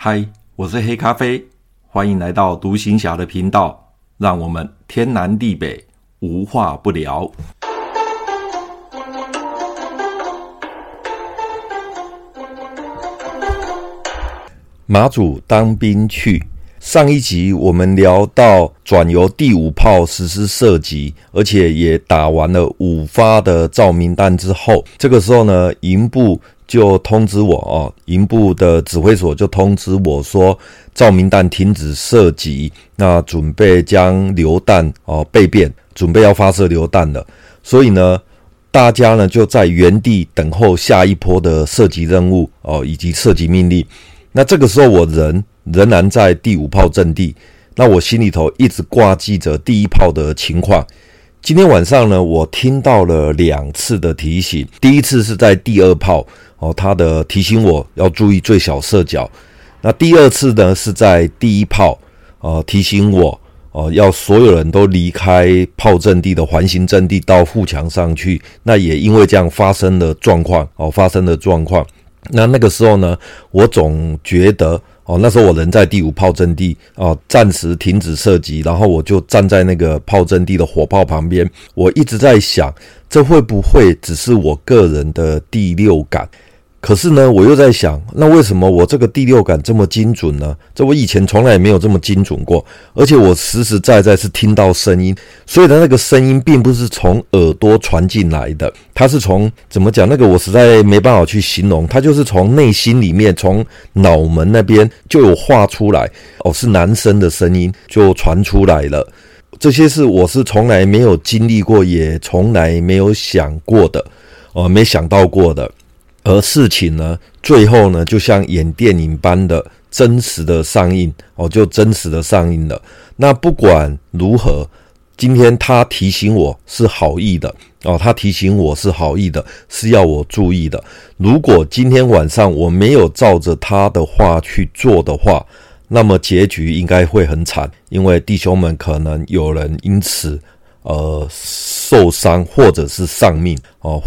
嗨，我是黑咖啡，欢迎来到独行侠的频道，让我们天南地北无话不聊。马祖当兵去，上一集我们聊到转由第5炮实施射击，而且也打完了5发的照明弹之后，这个时候呢，营部就通知我营部的指挥所就通知我说，照明弹停止射击，那准备将榴弹备变，准备要发射榴弹了。所以呢，大家呢就在原地等候下一波的射击任务以及射击命令。那这个时候我仍然在第5炮阵地，那我心里头一直挂记着第1炮的情况。今天晚上呢，我听到了2次的提醒，第一次是在第2炮他的提醒我要注意最小射角，那第2次呢是在第1炮提醒我要所有人都离开炮阵地的环形阵地到护墙上去。那也因为这样发生了状况。那个时候呢，我总觉得那时候我人在第5炮阵地暂时停止射击，然后我就站在那个炮阵地的火炮旁边，我一直在想，这会不会只是我个人的第6感？可是呢，我又在想，那为什么我这个第6感这么精准呢？这我以前从来也没有这么精准过，而且我实实在在是听到声音，所以的那个声音并不是从耳朵传进来的，它是从怎么讲，那个我实在没办法去形容，它就是从内心里面，从脑门那边就有画出来，是男生的声音就传出来了。这些是我是从来没有经历过，也从来没有想过的，没想到过的。而事情呢，最后呢，就像演电影般的真实的上映就真实的上映了。那不管如何，今天他提醒我是好意的他提醒我是好意的，是要我注意的。如果今天晚上我没有照着他的话去做的话，那么结局应该会很惨，因为弟兄们可能有人因此受伤或者是丧命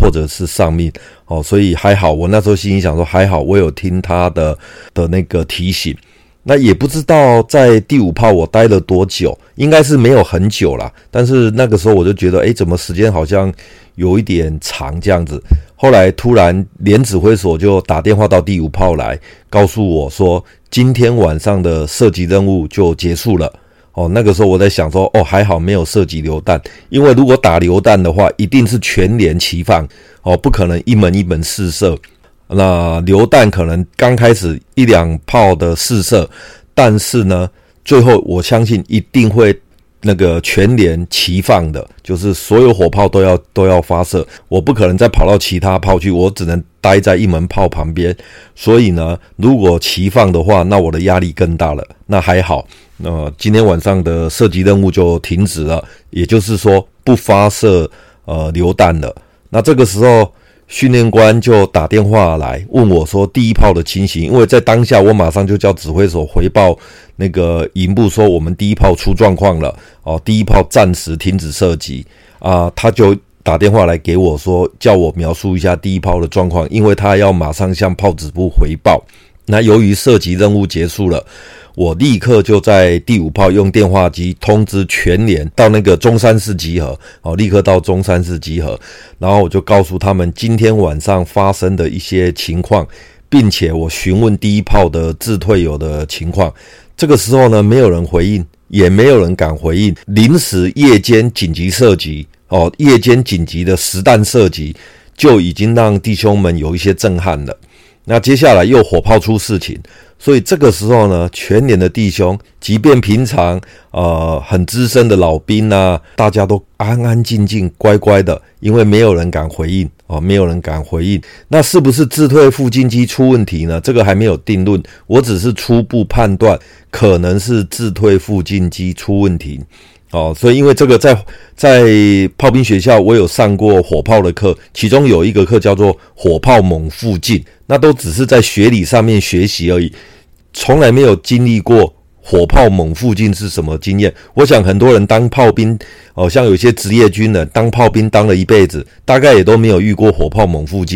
所以还好，我那时候心里想说还好我有听他的那个提醒。那也不知道在第5炮我待了多久，应该是没有很久啦，但是那个时候我就觉得怎么时间好像有一点长这样子。后来突然连指挥所就打电话到第5炮来，告诉我说今天晚上的射击任务就结束了。那个时候我在想说还好没有射击榴弹，因为如果打榴弹的话一定是全连齐放不可能一门一门试射。那榴弹可能刚开始1-2炮的试射，但是呢最后我相信一定会那个全连齐放的，就是所有火炮都要发射，我不可能再跑到其他炮去，我只能待在一门炮旁边。所以呢，如果齐放的话，那我的压力更大了。那还好，今天晚上的射击任务就停止了，也就是说不发射榴弹了。那这个时候训练官就打电话来问我说第1炮的情形，因为在当下我马上就叫指挥所回报那个营部说我们第1炮出状况了第1炮暂时停止射击他就打电话来给我说叫我描述一下第1炮的状况，因为他要马上向炮指部回报。那由于射击任务结束了，我立刻就在第5炮用电话机通知全连到那个中山市集合立刻到中山市集合，然后我就告诉他们今天晚上发生的一些情况，并且我询问第1炮的自退友的情况。这个时候呢，没有人回应，也没有人敢回应。临时夜间紧急射击夜间紧急的实弹射击就已经让弟兄们有一些震撼了。那接下来又火炮出事情，所以这个时候呢，全连的弟兄即便平常很资深的老兵大家都安安静静乖乖的，因为没有人敢回应没有人敢回应。那是不是自退副进机出问题呢？这个还没有定论，我只是初步判断可能是自退副进机出问题所以因为这个在炮兵学校我有上过火炮的课，其中有一个课叫做火炮猛附近，那都只是在学理上面学习而已，从来没有经历过火炮猛附近是什么经验。我想很多人当炮兵像有些职业军人当炮兵当了一辈子，大概也都没有遇过火炮猛附近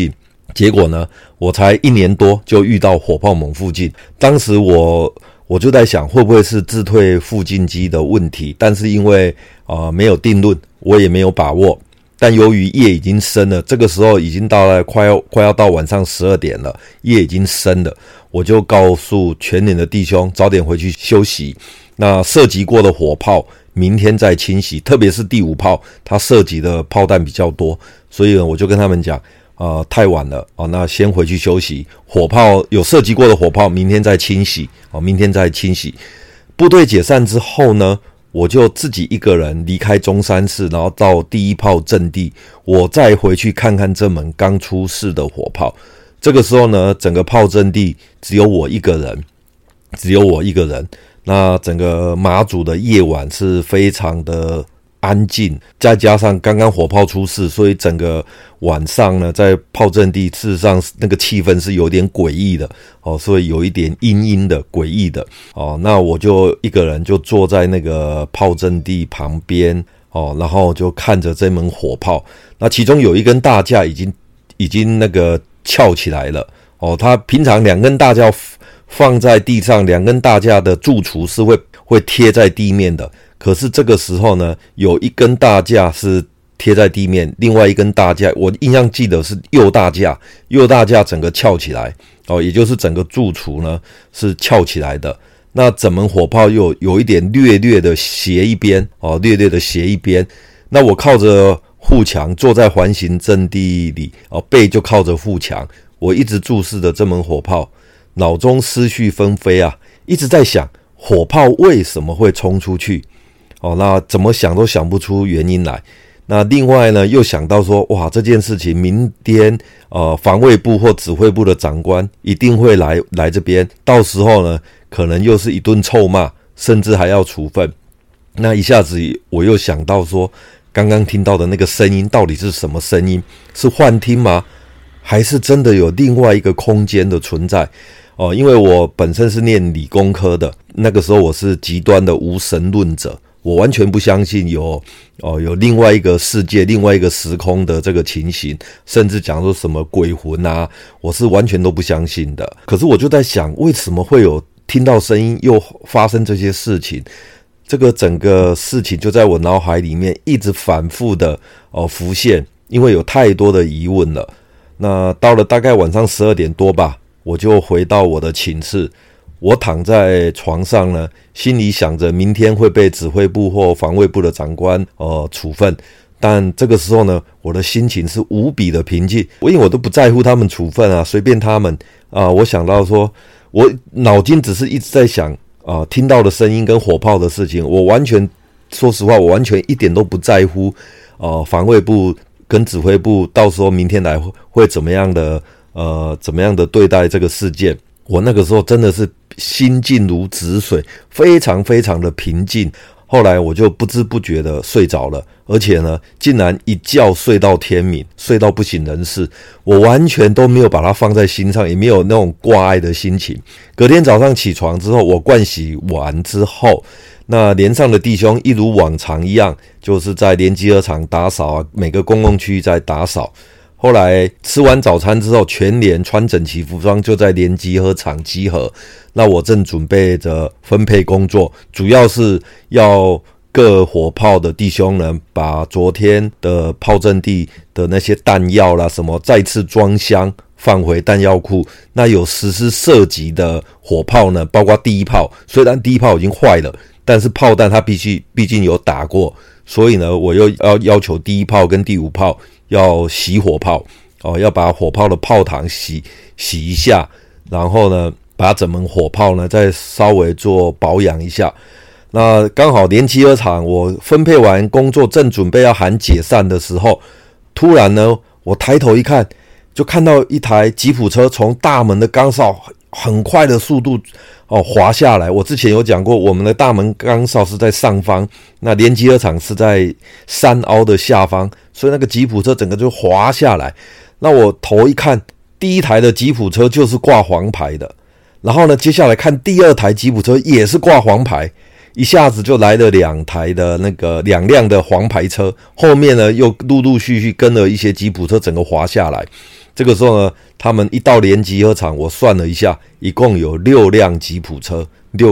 结果呢，我才1年多就遇到火炮猛附近。当时我就在想，会不会是自退附近机的问题？但是因为没有定论，我也没有把握。但由于夜已经深了，这个时候已经到了快要到晚上12点了，夜已经深了，我就告诉全连的弟兄早点回去休息。那射击过的火炮明天再清洗，特别是第5炮，它射击的炮弹比较多，所以呢，我就跟他们讲。太晚了那先回去休息。火炮有射击过的火炮，明天再清洗明天再清洗。部队解散之后呢，我就自己一个人离开中山市，然后到第1炮阵地，我再回去看看这门刚出事的火炮。这个时候呢，整个炮阵地只有我一个人。那整个马祖的夜晚是非常的安静，再加上刚刚火炮出事，所以整个晚上呢，在炮阵地事实上那个气氛是有点诡异的所以有一点阴阴的诡异的那我就一个人就坐在那个炮阵地旁边然后就看着这门火炮。那其中有一根大架已经那个翘起来了它平常2根大架放在地上，2根大架的柱础是会贴在地面的。可是这个时候呢，有一根大架是贴在地面，另外一根大架，我印象记得是右大架整个翘起来也就是整个柱础呢是翘起来的。那整门火炮又有一点略略的斜一边那我靠着护墙坐在环形阵地里背就靠着护墙，我一直注视着这门火炮，脑中思绪纷飞一直在想火炮为什么会冲出去那怎么想都想不出原因来。那另外呢，又想到说，哇，这件事情明天防卫部或指挥部的长官一定会来这边，到时候呢，可能又是一顿臭骂，甚至还要处分。那一下子我又想到说，刚刚听到的那个声音到底是什么声音？是幻听吗？还是真的有另外一个空间的存在？因为我本身是念理工科的，那个时候我是极端的无神论者。我完全不相信有另外一个世界、另外一个时空的这个情形，甚至讲说什么鬼魂我是完全都不相信的。可是我就在想，为什么会有听到声音又发生这些事情？这个整个事情就在我脑海里面一直反复的浮现，因为有太多的疑问了。那到了大概晚上12点多吧，我就回到我的寝室。我躺在床上呢，心里想着明天会被指挥部或防卫部的长官处分，但这个时候呢，我的心情是无比的平静，因为我都不在乎他们处分随便他们我想到说，我脑筋只是一直在想听到的声音跟火炮的事情，我完全说实话，我完全一点都不在乎防卫部跟指挥部到时候明天来会怎么样的对待这个事件。我那个时候真的是心静如止水，非常非常的平静。后来我就不知不觉的睡着了，而且呢，竟然一觉睡到天明，睡到不省人事。我完全都没有把它放在心上，也没有那种挂碍的心情。隔天早上起床之后，我盥洗完之后，那连上的弟兄一如往常一样，就是在连集合场打扫每个公共区域在打扫。后来吃完早餐之后，全连穿整齐服装就在连集合场集合。那我正准备着分配工作，主要是要各火炮的弟兄呢，把昨天的炮阵地的那些弹药啦什么再次装箱放回弹药库。那有实施射击的火炮呢，包括第1炮，虽然第1炮已经坏了，但是炮弹它毕竟有打过，所以呢，我又要求第1炮跟第5炮要洗火炮要把火炮的炮膛洗一下，然后呢，把整门火炮呢再稍微做保养一下。那刚好连集合场我分配完工作，正准备要喊解散的时候，突然呢，我抬头一看，就看到一台吉普车从大门的岗哨很快的速度滑下来。我之前有讲过，我们的大门岗哨是在上方，那连集合场是在山凹的下方，所以那个吉普车整个就滑下来。那我头一看，第一台的吉普车就是挂黄牌的，然后呢，接下来看第2台吉普车也是挂黄牌，一下子就来了2辆的黄牌车，后面呢又陆陆续续跟了一些吉普车，整个滑下来。 这个时候呢，他们一到连集合场，我算了一下，一共有6辆吉普车，那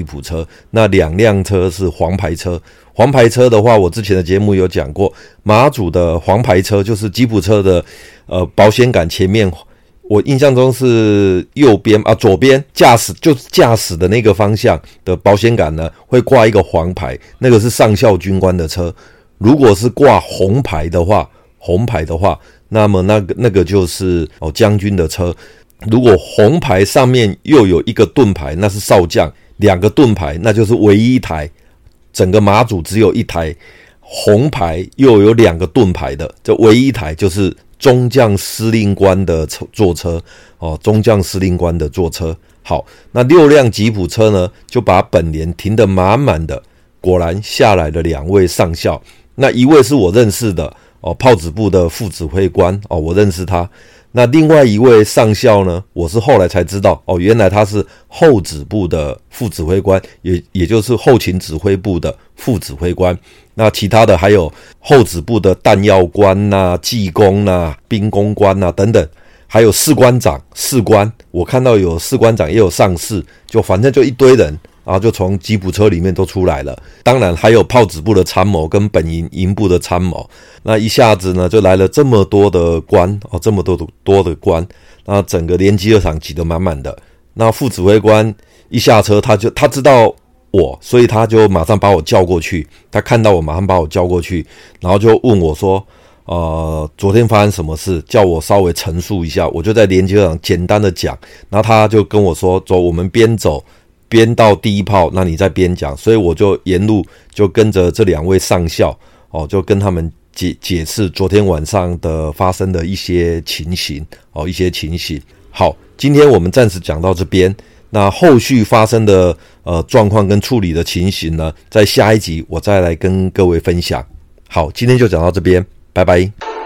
2辆车是黄牌车。黄牌车的话，我之前的节目有讲过，马祖的黄牌车就是吉普车的保险杆前面，我印象中是右边左边驾驶的那个方向的保险杆呢，会挂一个黄牌，那个是上校军官的车。如果是挂红牌的话，那么那个就是将军的车。如果红牌上面又有一个盾牌，那是少将；2个盾牌，那就是唯一一台。整个马祖只有一台红牌，又有2个盾牌的，这唯一一台就是中将司令官的坐车中将司令官的坐车。好，那6辆吉普车呢，就把本连停得满满的。果然下来了2位上校，那一位是我认识的炮指部的副指挥官我认识他。那另外一位上校呢，我是后来才知道原来他是后指部的副指挥官，也就是后勤指挥部的副指挥官。那其他的还有后指部的弹药官技工兵工官等等，还有士官长、士官，我看到有士官长也有上士，就反正就一堆人，然后就从吉普车里面都出来了。当然还有炮指部的参谋跟本营部的参谋。那一下子呢，就来了这么多的官这么多的官，那整个连集合场挤得满满的。那副指挥官一下车，他知道我，所以他就马上把我叫过去。他看到我马上把我叫过去，然后就问我说昨天发生什么事，叫我稍微陈述一下。我就在连集合场简单的讲，然后他就跟我说，走，我们边走边到第一炮，那你再边讲。所以我就沿路就跟着这2位上校就跟他们解释昨天晚上的发生的一些情形好，今天我们暂时讲到这边，那后续发生的状况跟处理的情形呢，在下一集我再来跟各位分享。好，今天就讲到这边，拜拜。